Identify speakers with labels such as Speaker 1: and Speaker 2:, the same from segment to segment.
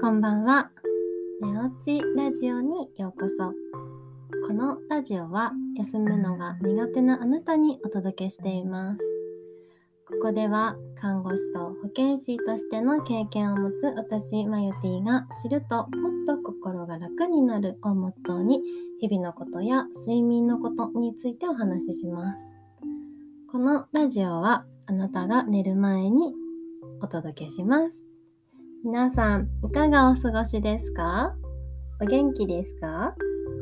Speaker 1: こんばんは。寝落ちラジオにようこそ。このラジオは休むのが苦手なあなたにお届けしています。ここでは看護師と保健師としての経験を持つ私マヨティが知るともっと心が楽になるをモットーに日々のことや睡眠のことについてお話しします。このラジオはあなたが寝る前にお届けします。皆さんいかがお過ごしですか？お元気ですか？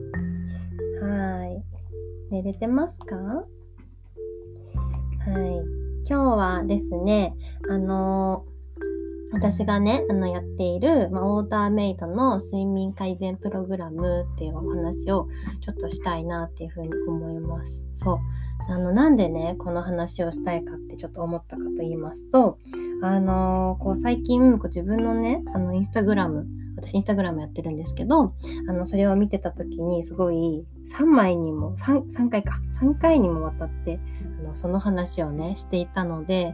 Speaker 1: 寝れてますか？今日はですね、私がね、やっている、オーダーメイドの睡眠改善プログラムっていうお話をちょっとしたいなっていうふうに思います。なんでね、この話をしたいかってちょっと思ったかと言いますと、最近自分のね、私インスタグラムやってるんですけど、それを見てた時にすごい3回にもわたってその話をねしていたので、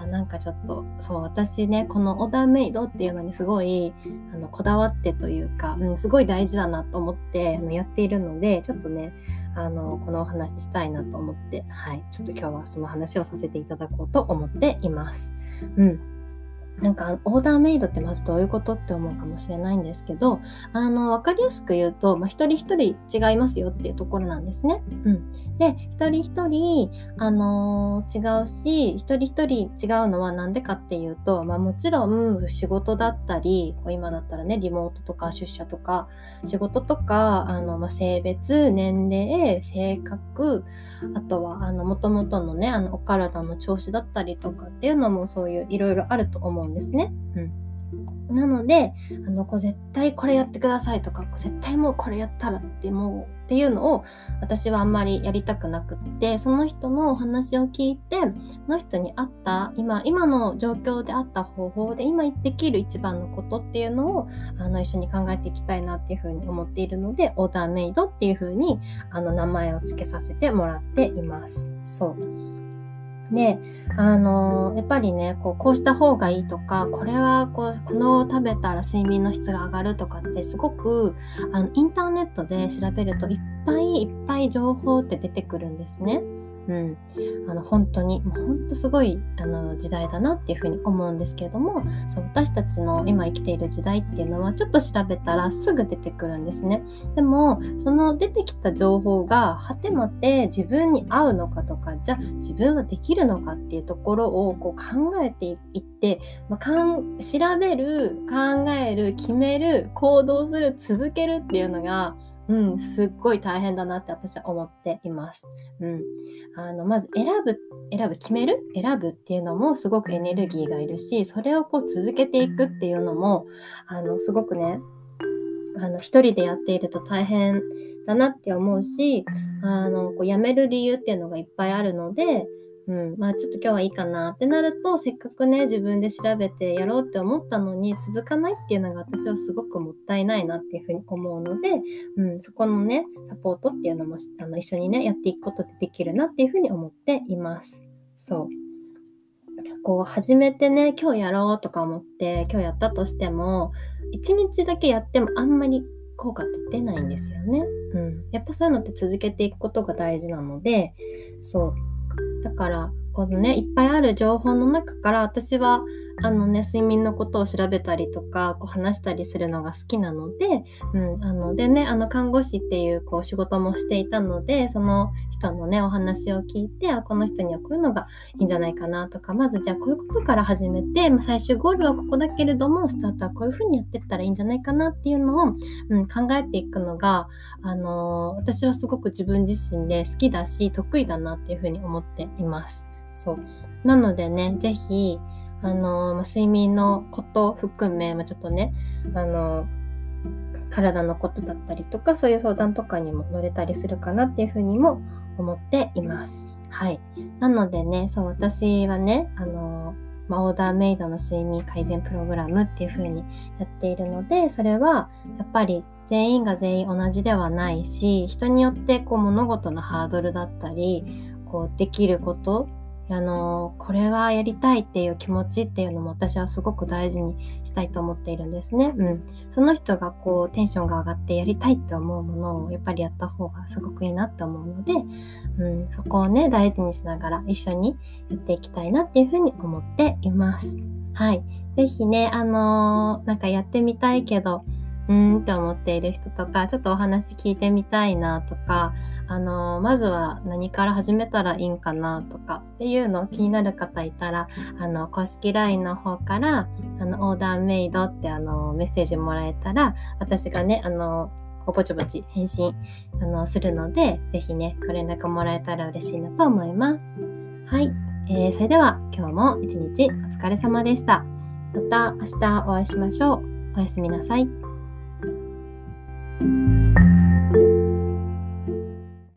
Speaker 1: 私ねこのオーダーメイドっていうのにすごいこだわってというか、すごい大事だなと思ってやっているので、ちょっとねこのお話したいなと思って、ちょっと今日はその話をさせていただこうと思っています。オーダーメイドってまずどういうことって思うかもしれないんですけど、わかりやすく言うと、一人一人違いますよっていうところなんですね。で、一人一人、違うし、一人一人違うのはなんでかっていうと、もちろん仕事だったり、今だったらね、リモートとか出社とか、仕事とか、性別、年齢、性格、あとは、元々のね、お体の調子だったりとかっていうのもそういういろいろあると思うんですね。なので、絶対これやってくださいとか、絶対もうこれやったらっていうのを私はあんまりやりたくなくって、その人のお話を聞いて、その人に合った今の状況で合った方法で今できる一番のことっていうのを一緒に考えていきたいなっていうふうに思っているので、オーダーメイドっていうふうに名前を付けさせてもらっています。で、やっぱりね、こうした方がいいとか、これはこの食べたら睡眠の質が上がるとかってすごくインターネットで調べるといっぱい情報って出てくるんですね。本当にすごい時代だなっていうふうに思うんですけれども、私たちの今生きている時代っていうのはちょっと調べたらすぐ出てくるんですね。でもその出てきた情報がはてまて自分に合うのかとか、じゃあ自分はできるのかっていうところを考えていって、調べる、考える、決める、行動する、続けるっていうのがすっごい大変だなって私は思っています。まず選ぶっていうのもすごくエネルギーがいるし、それを続けていくっていうのもすごくね一人でやっていると大変だなって思うし、やめる理由っていうのがいっぱいあるので、ちょっと今日はいいかなってなると、せっかくね自分で調べてやろうって思ったのに続かないっていうのが私はすごくもったいないなっていうふうに思うので、そこのねサポートっていうのも一緒にねやっていくことでできるなっていうふうに思っています。始めてね今日やろうとか思って今日やったとしても1日だけやってもあんまり効果って出ないんですよね。やっぱそういうのって続けていくことが大事なので、だからこのねいっぱいある情報の中から私は睡眠のことを調べたりとか話したりするのが好きなので、でね看護師っていう仕事もしていたので、その人のねお話を聞いて、この人にはこういうのがいいんじゃないかなとか、まずじゃあこういうことから始めて、最終ゴールはここだけれどもスタートはこういう風にやっていったらいいんじゃないかなっていうのを、考えていくのが私はすごく自分自身で好きだし得意だなっていう風に思っています。なのでね、ぜひ睡眠のことを含め、ちょっとね体のことだったりとか、そういう相談とかにも乗れたりするかなっていうふうにも思っています。なのでね、私はねオーダーメイドの睡眠改善プログラムっていう風にやっているので、それはやっぱり全員が全員同じではないし、人によって物事のハードルだったりできること、 これはやりたいっていう気持ちっていうのも私はすごく大事にしたいと思っているんですね。その人がこうテンションが上がってやりたいって思うものをやっぱりやった方がすごくいいなって思うので、そこをね大事にしながら一緒にやっていきたいなっていうふうに思っています。はい。ぜひね、なんかやってみたいけど、って思っている人とか、ちょっとお話聞いてみたいなとか、まずは何から始めたらいいんかなとかっていうの気になる方いたら、公式 LINE の方から、オーダーメイドってメッセージもらえたら、私がね、ぼちぼち返信、するので、ぜひね、ご連絡もらえたら嬉しいなと思います。はい。それでは今日も一日お疲れ様でした。また明日お会いしましょう。おやすみなさい。